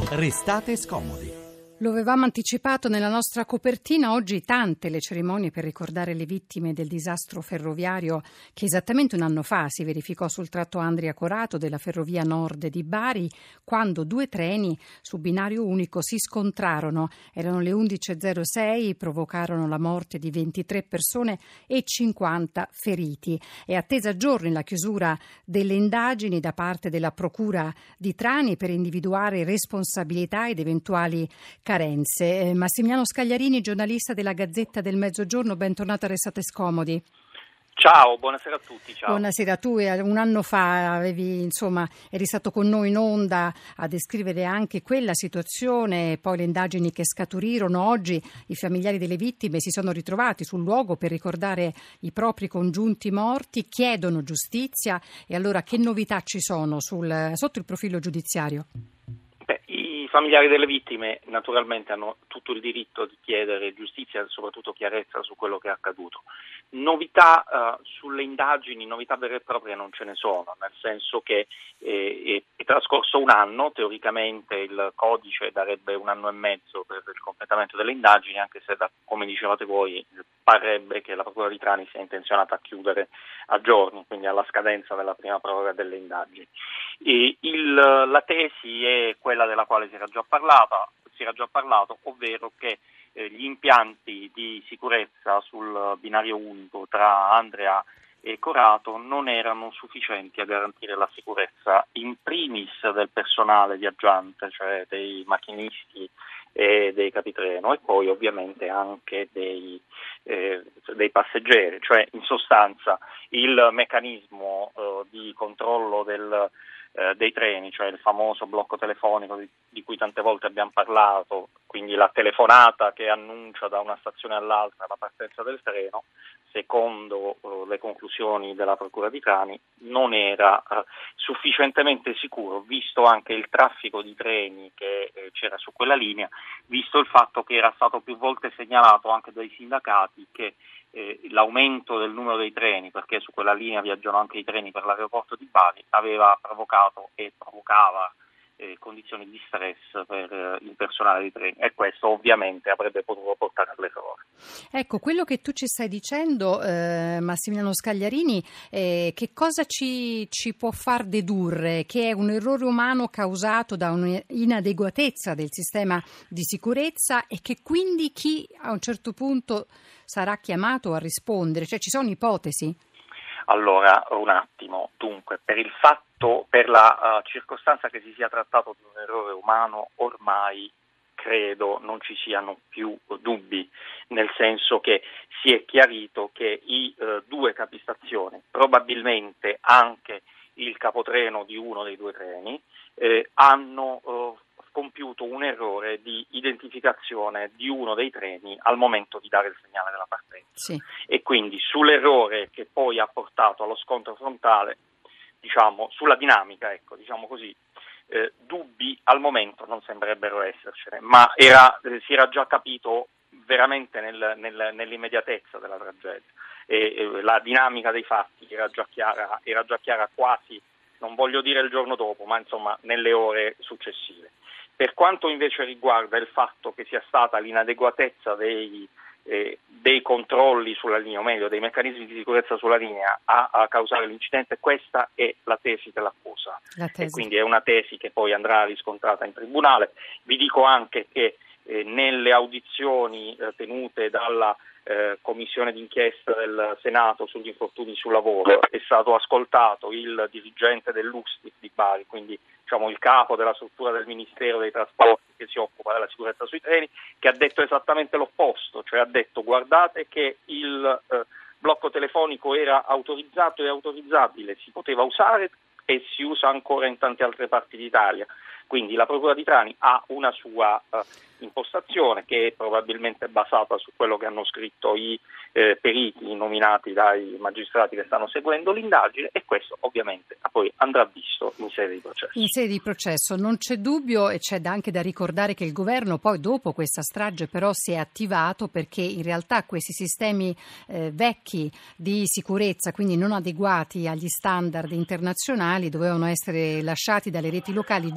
Restate scomodi. Lo avevamo anticipato nella nostra copertina, oggi tante le cerimonie per ricordare le vittime del disastro ferroviario che esattamente un anno fa si verificò sul tratto Andria-Corato della ferrovia nord di Bari, quando due treni su binario unico si scontrarono. Erano le 11.06, provocarono la morte di 23 persone e 50 feriti. È attesa a giorni la chiusura delle indagini da parte della Procura di Trani per individuare responsabilità ed eventuali carenze. Massimiliano Scagliarini, giornalista della Gazzetta del Mezzogiorno, bentornato a Restate Scomodi. Ciao, buonasera a tutti. Ciao. Buonasera, tu un anno fa eri stato con noi in onda a descrivere anche quella situazione, poi le indagini che scaturirono. Oggi i familiari delle vittime si sono ritrovati sul luogo per ricordare i propri congiunti morti, chiedono giustizia. E allora che novità ci sono sotto il profilo giudiziario? I familiari delle vittime naturalmente hanno tutto il diritto di chiedere giustizia e soprattutto chiarezza su quello che è accaduto. Novità sulle indagini, novità vere e proprie non ce ne sono, nel senso che è trascorso un anno, teoricamente il codice darebbe un anno e mezzo per il completamento delle indagini, anche se come dicevate voi parrebbe che la Procura di Trani sia intenzionata a chiudere a giorni, quindi alla scadenza della prima proroga delle indagini. La tesi è quella della quale si era già parlato, ovvero che gli impianti di sicurezza sul binario unico tra Andria e Corato non erano sufficienti a garantire la sicurezza in primis del personale viaggiante, cioè dei macchinisti e dei capitreno, e poi ovviamente anche dei passeggeri, cioè in sostanza il meccanismo di controllo dei treni, cioè il famoso blocco telefonico di cui tante volte abbiamo parlato, quindi la telefonata che annuncia da una stazione all'altra la partenza del treno, secondo le conclusioni della Procura di Trani, non era sufficientemente sicuro, visto anche il traffico di treni che c'era su quella linea, visto il fatto che era stato più volte segnalato anche dai sindacati che l'aumento del numero dei treni, perché su quella linea viaggiano anche i treni per l'aeroporto di Bari, aveva provocato e provocava condizioni di stress per il personale dei treni, e questo ovviamente avrebbe potuto portare all'errore. Ecco, quello che tu ci stai dicendo, Massimiliano Scagliarini, che cosa ci può far dedurre? Che è un errore umano causato da un'inadeguatezza del sistema di sicurezza e che quindi chi a un certo punto sarà chiamato a rispondere? Cioè, ci sono ipotesi? Allora, un attimo, dunque, per la circostanza che si sia trattato di un errore umano, ormai credo non ci siano più dubbi, nel senso che si è chiarito che i due capistazione, probabilmente anche il capotreno di uno dei due treni, hanno compiuto un errore di identificazione di uno dei treni al momento di dare il segnale della partenza. Sì. E quindi sull'errore che poi ha portato allo scontro frontale, sulla dinamica, così, dubbi al momento non sembrerebbero essercene, ma si era già capito veramente nell'immediatezza della tragedia, e la dinamica dei fatti era già chiara quasi, non voglio dire il giorno dopo, ma insomma nelle ore successive. Per quanto invece riguarda il fatto che sia stata l'inadeguatezza dei controlli sulla linea, o meglio dei meccanismi di sicurezza sulla linea a causare l'incidente, questa è la tesi dell'accusa, e quindi è una tesi che poi andrà riscontrata in tribunale. Vi dico anche che nelle audizioni tenute dalla commissione d'inchiesta del Senato sugli infortuni sul lavoro è stato ascoltato il dirigente dell'USTIF di Bari, quindi il capo della struttura del Ministero dei Trasporti che si occupa della sicurezza sui treni, che ha detto esattamente l'opposto, cioè ha detto: guardate che il blocco telefonico era autorizzato e autorizzabile, si poteva usare e si usa ancora in tante altre parti d'Italia. Quindi la Procura di Trani ha una sua impostazione che è probabilmente basata su quello che hanno scritto i periti nominati dai magistrati che stanno seguendo l'indagine, e questo ovviamente poi andrà visto in sede di processo. In sede di processo non c'è dubbio, e c'è anche da ricordare che il governo poi dopo questa strage però si è attivato, perché in realtà questi sistemi vecchi di sicurezza, quindi non adeguati agli standard internazionali, dovevano essere lasciati dalle reti locali già nel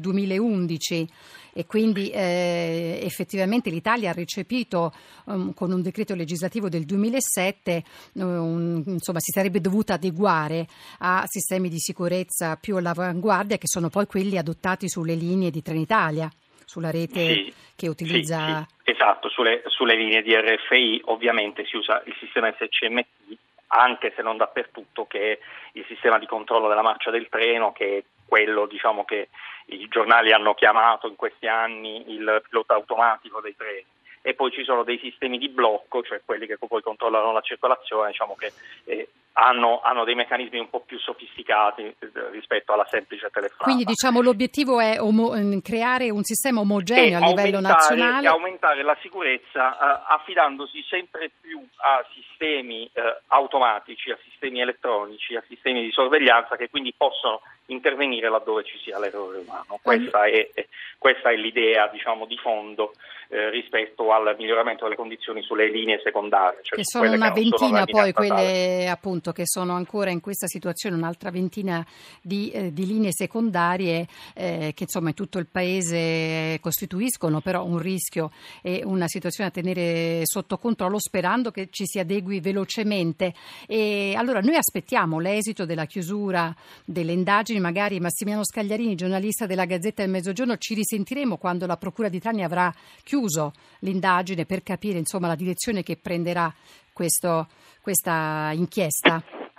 2011 e quindi effettivamente l'Italia ha recepito con un decreto legislativo del 2007, insomma si sarebbe dovuta adeguare a sistemi di sicurezza più all'avanguardia, che sono poi quelli adottati sulle linee di Trenitalia, sulla rete che utilizza... Sì, esatto, sulle linee di RFI ovviamente si usa il sistema SCMT, anche se non dappertutto, che è il sistema di controllo della marcia del treno, che è quello, diciamo, che i giornali hanno chiamato in questi anni il pilota automatico dei treni. E poi ci sono dei sistemi di blocco, cioè quelli che poi controllano la circolazione, diciamo che hanno dei meccanismi un po' più sofisticati rispetto alla semplice telefonata. Quindi diciamo l'obiettivo è creare un sistema omogeneo a livello nazionale. E aumentare la sicurezza affidandosi sempre più a sistemi automatici, a sistemi elettronici, a sistemi di sorveglianza che quindi possono intervenire laddove ci sia l'errore umano. Questa è l'idea, diciamo, di fondo rispetto al miglioramento delle condizioni sulle linee secondarie. Cioè che sono una ventina poi quelle appunto che sono ancora in questa situazione, un'altra ventina di linee secondarie che insomma in tutto il paese costituiscono però un rischio e una situazione a tenere sotto controllo, sperando che ci si adegui velocemente. E allora noi aspettiamo l'esito della chiusura delle indagini, magari Massimiliano Scagliarini, giornalista della Gazzetta del Mezzogiorno, ci risentiremo quando la Procura di Trani avrà chiuso l'indagine per capire insomma la direzione che prenderà questa inchiesta.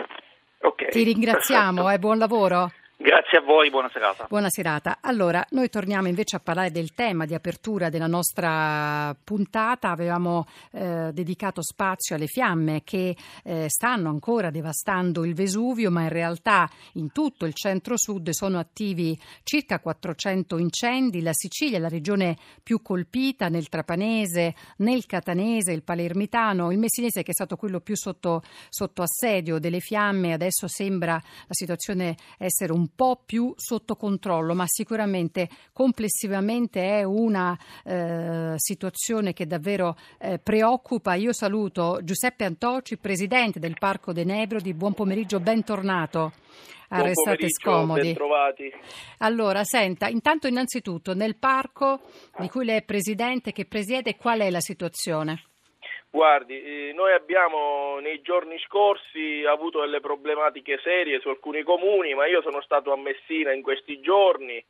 Okay, ti ringraziamo, buon lavoro. Grazie a voi, buona serata. Buona serata. Allora, noi torniamo invece a parlare del tema di apertura della nostra puntata. Avevamo dedicato spazio alle fiamme che stanno ancora devastando il Vesuvio, ma in realtà in tutto il centro-sud sono attivi circa 400 incendi. La Sicilia è la regione più colpita, nel Trapanese, nel Catanese, il Palermitano, il Messinese, che è stato quello più sotto assedio delle fiamme. Adesso sembra la situazione essere un po' più sotto controllo, ma sicuramente complessivamente è una situazione che davvero preoccupa. Io saluto Giuseppe Antoci, presidente del Parco dei Nebrodi. Buon pomeriggio, bentornato a Restate Scomodi. Bentrovati. Allora, senta, intanto innanzitutto nel parco di cui lei è presidente, che presiede, qual è la situazione? Guardi, noi abbiamo nei giorni scorsi avuto delle problematiche serie su alcuni comuni, ma io sono stato a Messina in questi giorni.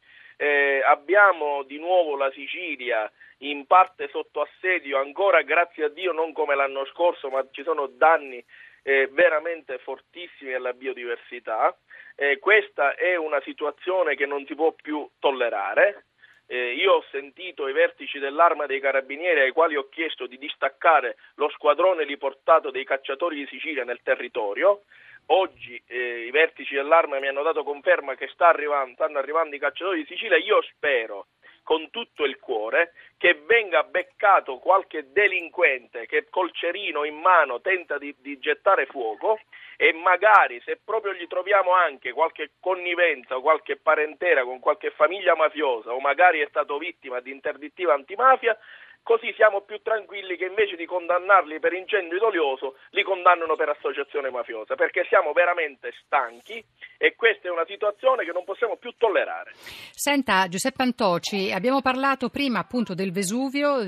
Abbiamo di nuovo la Sicilia in parte sotto assedio, ancora grazie a Dio non come l'anno scorso, ma ci sono danni veramente fortissimi alla biodiversità. Questa è una situazione che non si può più tollerare. Io ho sentito i vertici dell'Arma dei Carabinieri, ai quali ho chiesto di distaccare lo squadrone riportato dei cacciatori di Sicilia nel territorio. Oggi i vertici dell'Arma mi hanno dato conferma che stanno arrivando i cacciatori di Sicilia. Io spero con tutto il cuore che venga beccato qualche delinquente che col cerino in mano tenta di gettare fuoco, e magari, se proprio gli troviamo anche qualche connivenza o qualche parentela con qualche famiglia mafiosa, o magari è stato vittima di interdittiva antimafia, così siamo più tranquilli che invece di condannarli per incendio dolioso li condannano per associazione mafiosa, perché siamo veramente stanchi e questa è una situazione che non possiamo più tollerare. Senta, Giuseppe Antoci, abbiamo parlato prima appunto del Vesuvio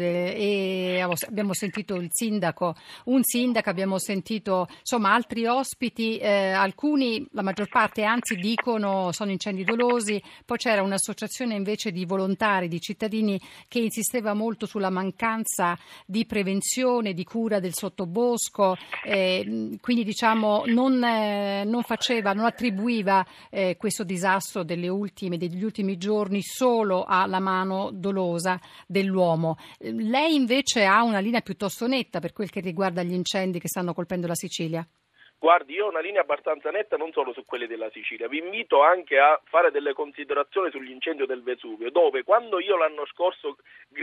e abbiamo sentito un sindaco, abbiamo sentito insomma altri ospiti, alcuni, la maggior parte anzi dicono sono incendi dolosi. Poi c'era un'associazione invece di volontari, di cittadini, che insisteva molto sulla mancanza di prevenzione, di cura del sottobosco, quindi diciamo non attribuiva questo disastro degli ultimi giorni solo alla mano dolosa dell'uomo. Lei invece ha una linea piuttosto netta per quel che riguarda gli incendi che stanno colpendo la Sicilia. Guardi, io ho una linea abbastanza netta non solo su quelli della Sicilia, vi invito anche a fare delle considerazioni sull'incendio del Vesuvio, dove quando io l'anno scorso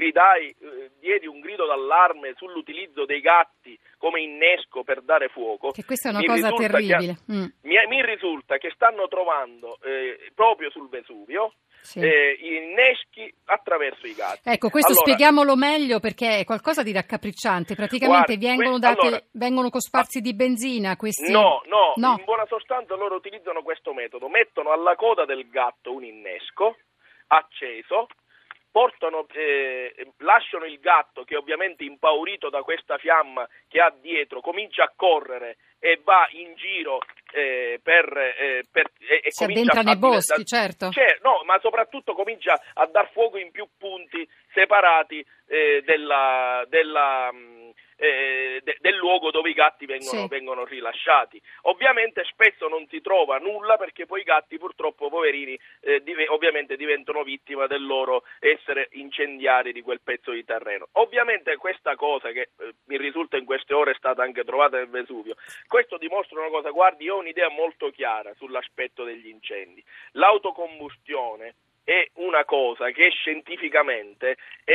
diedi un grido d'allarme sull'utilizzo dei gatti come innesco per dare fuoco, che questa è una cosa terribile. Mi risulta che stanno trovando proprio sul Vesuvio inneschi attraverso i gatti. Ecco, questo spieghiamolo meglio, perché è qualcosa di raccapricciante. Praticamente vengono cosparsi di benzina questi. No, in buona sostanza loro utilizzano questo metodo: mettono alla coda del gatto un innesco, acceso, lasciano il gatto che ovviamente impaurito da questa fiamma che ha dietro comincia a correre e va in giro si addentra nei boschi, certo. No, ma soprattutto comincia a dar fuoco in più punti separati del luogo dove i gatti vengono rilasciati. Ovviamente spesso non si trova nulla perché poi i gatti purtroppo poverini ovviamente diventano vittima del loro essere incendiari di quel pezzo di terreno. Ovviamente questa cosa che mi risulta in queste ore è stata anche trovata nel Vesuvio, questo dimostra una cosa, guardi, io ho un'idea molto chiara sull'aspetto degli incendi. L'autocombustione è una cosa che scientificamente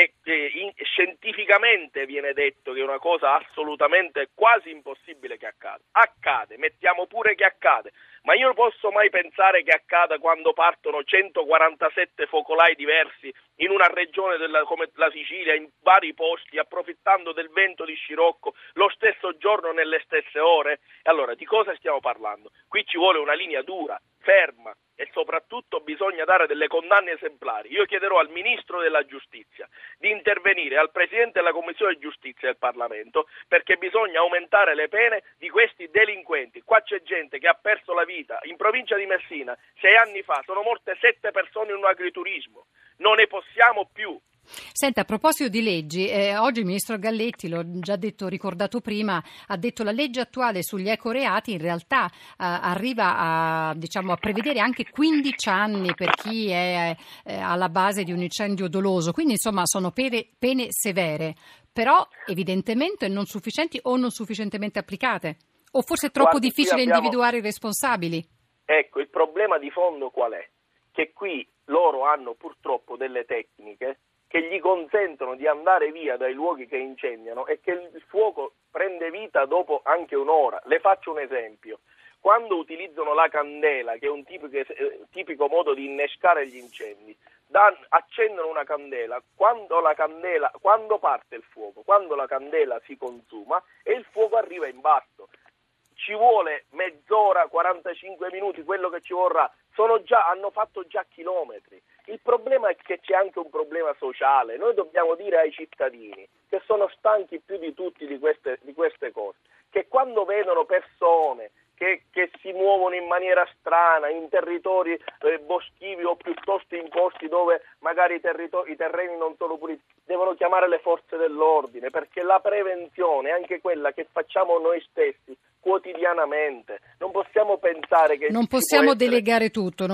viene detto che è una cosa assolutamente quasi impossibile che accada. Accade, mettiamo pure che accade, ma io non posso mai pensare che accada quando partono 147 focolai diversi in una regione come la Sicilia, in vari posti, approfittando del vento di scirocco, lo stesso giorno nelle stesse ore. Allora, di cosa stiamo parlando? Qui ci vuole una linea dura, ferma, e soprattutto bisogna dare delle condanne esemplari. Io chiederò al Ministro della Giustizia di intervenire, al Presidente della Commissione Giustizia del Parlamento, perché bisogna aumentare le pene di questi delinquenti. Qua c'è gente che ha perso la vita. In provincia di Messina 6 anni fa sono morte 7 persone in un agriturismo. Non ne possiamo più. Senta, a proposito di leggi, oggi il ministro Galletti, l'ho già ricordato prima, ha detto la legge attuale sugli ecoreati in realtà arriva a prevedere anche 15 anni per chi è alla base di un incendio doloso, quindi insomma sono pene severe, però evidentemente non sufficienti o non sufficientemente applicate, o forse è troppo difficile individuare i responsabili. Ecco, il problema di fondo qual è? Che qui loro hanno purtroppo delle tecniche che gli consentono di andare via dai luoghi che incendiano e che il fuoco prende vita dopo anche un'ora. Le faccio un esempio. Quando utilizzano la candela, che è un tipico modo di innescare gli incendi, accendono una candela, quando parte il fuoco, quando la candela si consuma e il fuoco arriva in basso. Ci vuole mezz'ora, 45 minuti, quello che ci vorrà. Hanno fatto già chilometri. Il problema è che c'è anche un problema sociale. Noi dobbiamo dire ai cittadini che sono stanchi più di tutti di queste cose, che quando vedono persone che si muovono in maniera strana in territori boschivi o piuttosto in posti dove magari i terreni non sono puliti, devono chiamare le forze dell'ordine, perché la prevenzione è anche quella che facciamo noi stessi quotidianamente. Non possiamo pensare che non possiamo delegare tutto,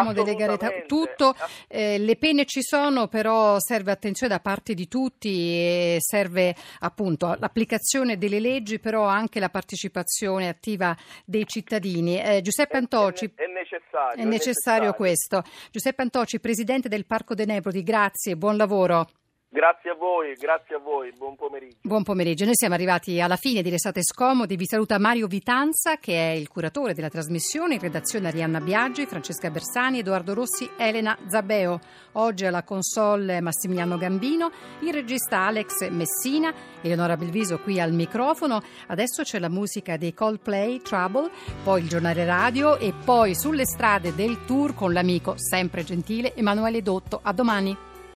le pene ci sono, però serve attenzione da parte di tutti e serve appunto l'applicazione delle leggi, però anche la partecipazione attiva dei cittadini. Giuseppe Antoci, è necessario questo. Giuseppe Antoci, presidente del Parco dei Nebrodi, grazie, buon lavoro. Grazie a voi, buon pomeriggio. Buon pomeriggio, noi siamo arrivati alla fine di Restate Scomodi, vi saluta Mario Vitanza che è il curatore della trasmissione, in redazione Arianna Biaggi, Francesca Bersani, Edoardo Rossi, Elena Zabeo. Oggi alla console Massimiliano Gambino, il regista Alex Messina, Eleonora Belviso qui al microfono. Adesso c'è la musica dei Coldplay, Trouble, poi il giornale radio e poi sulle strade del tour con l'amico sempre gentile Emanuele Dotto. A domani.